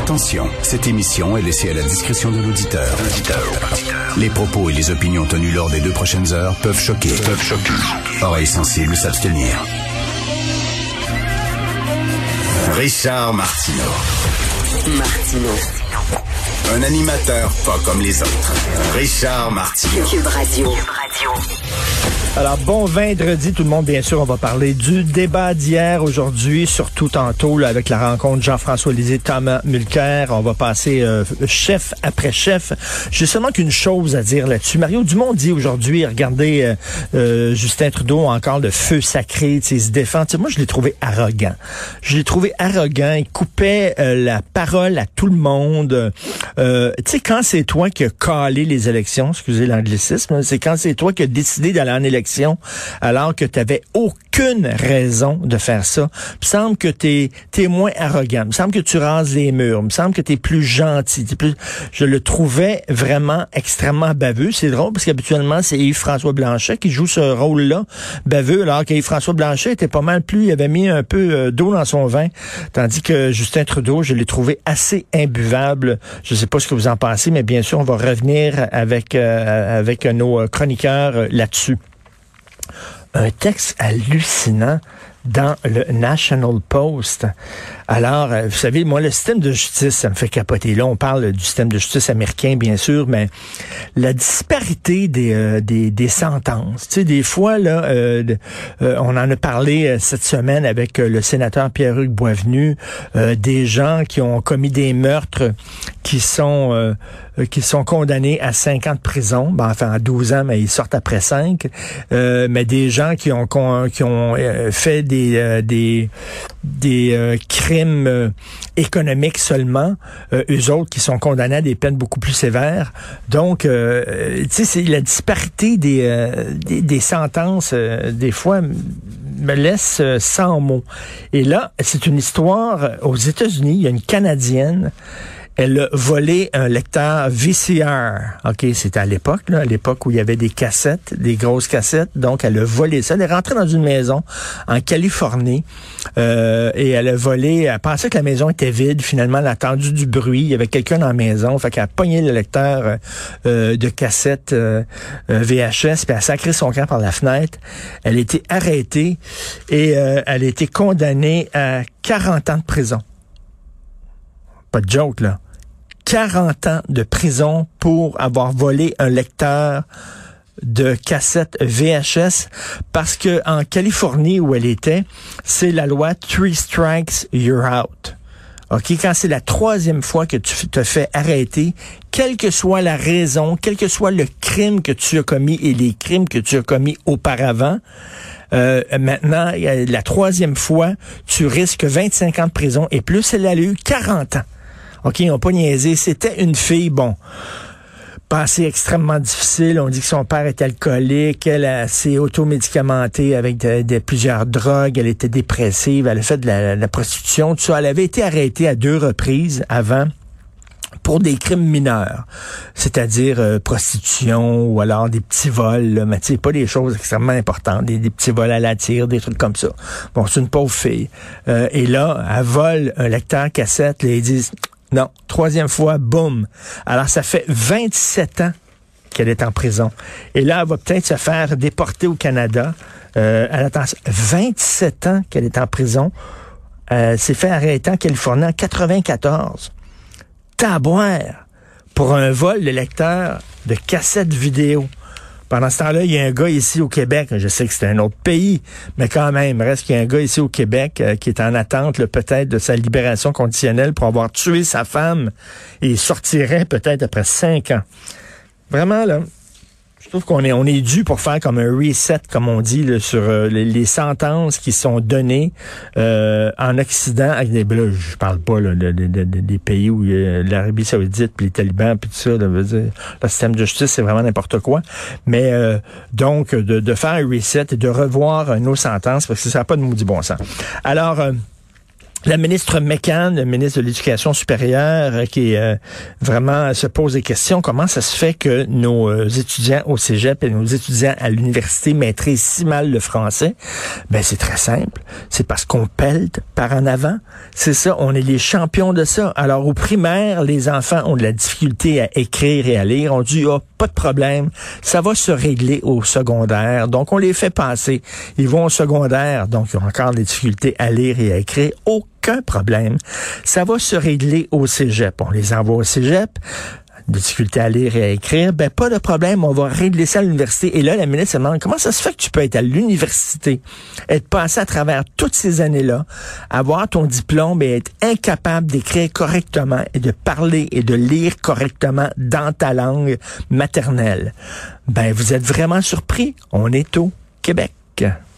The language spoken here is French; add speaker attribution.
Speaker 1: Attention, cette émission est laissée à la discrétion de l'auditeur. Les propos et les opinions tenues lors des 2 prochaines heures peuvent choquer. Oreilles sensibles s'abstenir. Richard Martineau. Un animateur pas comme les autres. Richard Martineau.
Speaker 2: Cube Radio.
Speaker 3: Alors, bon vendredi tout le monde, bien sûr, on va parler du débat d'hier, aujourd'hui, surtout tantôt, là, avec la rencontre Jean-François Lisée, Thomas Mulcair. On va passer chef après chef. J'ai seulement qu'une chose à dire là-dessus. Mario Dumont dit aujourd'hui, regardez, Justin Trudeau a encore le feu sacré, il se défend. Moi, je l'ai trouvé arrogant. Il coupait la parole à tout le monde. Tu sais, quand c'est toi qui as calé les élections, excusez l'anglicisme, c'est quand c'est toi qui as décidé d'aller en élection alors que tu n'avais aucune raison de faire ça. Il me semble que t'es moins arrogant. Il me semble que tu rases les murs. Il me semble que t'es plus gentil. Je le trouvais vraiment extrêmement baveux. C'est drôle parce qu'habituellement, c'est Yves-François Blanchet qui joue ce rôle-là, baveux, alors qu'Yves-François Blanchet était pas mal plus, il avait mis un peu d'eau dans son vin, tandis que Justin Trudeau, je l'ai trouvé assez imbuvable. Je sais pas ce que vous en pensez, mais bien sûr, on va revenir avec nos chroniqueurs là-dessus. Un texte hallucinant dans le National Post. Alors, vous savez, moi, le système de justice, ça me fait capoter. Là, on parle du système de justice américain, bien sûr, mais la disparité des sentences. Tu sais, des fois, là, on en a parlé cette semaine avec le sénateur Pierre-Hugues Boisvenu, des gens qui ont commis des meurtres qui sont condamnés à 5 ans de prison, à 12 ans, mais ils sortent après 5. Mais des gens qui ont fait des crimes économiques seulement, eux autres qui sont condamnés à des peines beaucoup plus sévères. Donc, tu sais, c'est la disparité des sentences, des fois, me laisse sans mots. Et là, c'est une histoire aux États-Unis. Il y a une Canadienne. Elle a volé un lecteur VCR. OK, c'était à l'époque où il y avait des cassettes, des grosses cassettes. Donc, elle a volé ça. Elle est rentrée dans une maison en Californie et elle a volé. Elle pensait que la maison était vide. Finalement, elle a entendu du bruit. Il y avait quelqu'un dans la maison. Fait qu'elle a pogné le lecteur de cassettes VHS puis elle a sacré son camp par la fenêtre. Elle a été arrêtée et elle a été condamnée à 40 ans de prison. Pas de joke, là. 40 ans de prison pour avoir volé un lecteur de cassettes VHS parce que en Californie où elle était, c'est la loi 3 strikes, you're out. OK, quand c'est la 3e fois que tu te fais arrêter, quelle que soit la raison, quel que soit le crime que tu as commis et les crimes que tu as commis auparavant, maintenant, la 3e fois, tu risques 25 ans de prison et plus. Elle a eu 40 ans. OK, ils n'ont pas niaisé. C'était une fille, passé extrêmement difficile. On dit que son père est alcoolique. Elle s'est automédicamentée avec plusieurs drogues. Elle était dépressive. Elle a fait de la prostitution, tout ça. Elle avait été arrêtée à 2 reprises avant pour des crimes mineurs, c'est-à-dire prostitution ou alors des petits vols, là, mais tu sais, pas des choses extrêmement importantes, des petits vols à la tire, des trucs comme ça. Bon, c'est une pauvre fille. Et là, elle vole un lecteur cassette, là, ils disent non, 3e fois, boum. Alors, ça fait 27 ans qu'elle est en prison. Et là, elle va peut-être se faire déporter au Canada. Elle attend 27 ans qu'elle est en prison. S'est fait arrêter en Californie en 94. Taboire pour un vol de lecteur de cassettes vidéo. Pendant ce temps-là, il y a un gars ici au Québec, je sais que c'est un autre pays, mais quand même, reste qu'il y a un gars ici au Québec qui est en attente peut-être de sa libération conditionnelle pour avoir tué sa femme et il sortirait peut-être après 5 ans. Vraiment, là, je trouve qu'on est dû pour faire comme un reset, comme on dit, là, sur les sentences qui sont données en Occident. Là, je parle pas là, des pays où l'Arabie Saoudite, puis les talibans, puis tout ça. Là, veut dire, le système de justice, c'est vraiment n'importe quoi. Mais donc, de faire un reset et de revoir nos sentences, parce que ça n'a pas de maudit bon sens. Alors, La ministre McCann, le ministre de l'Éducation supérieure, qui vraiment se pose des questions. Comment ça se fait que nos étudiants au cégep et nos étudiants à l'université maîtrisent si mal le français? Ben, c'est très simple. C'est parce qu'on pèle par en avant. C'est ça, on est les champions de ça. Alors, au primaire, les enfants ont de la difficulté à écrire et à lire. On dit, pas de problème, ça va se régler au secondaire. Donc, on les fait passer. Ils vont au secondaire, donc ils ont encore des difficultés à lire et à écrire. Aucun problème. Ça va se régler au cégep. On les envoie au cégep. Des difficultés à lire et à écrire. Ben, pas de problème. On va régler ça à l'université. Et là, la ministre se demande comment ça se fait que tu peux être à l'université, être passé à travers toutes ces années-là, avoir ton diplôme et être incapable d'écrire correctement et de parler et de lire correctement dans ta langue maternelle. Ben, vous êtes vraiment surpris. On est au Québec.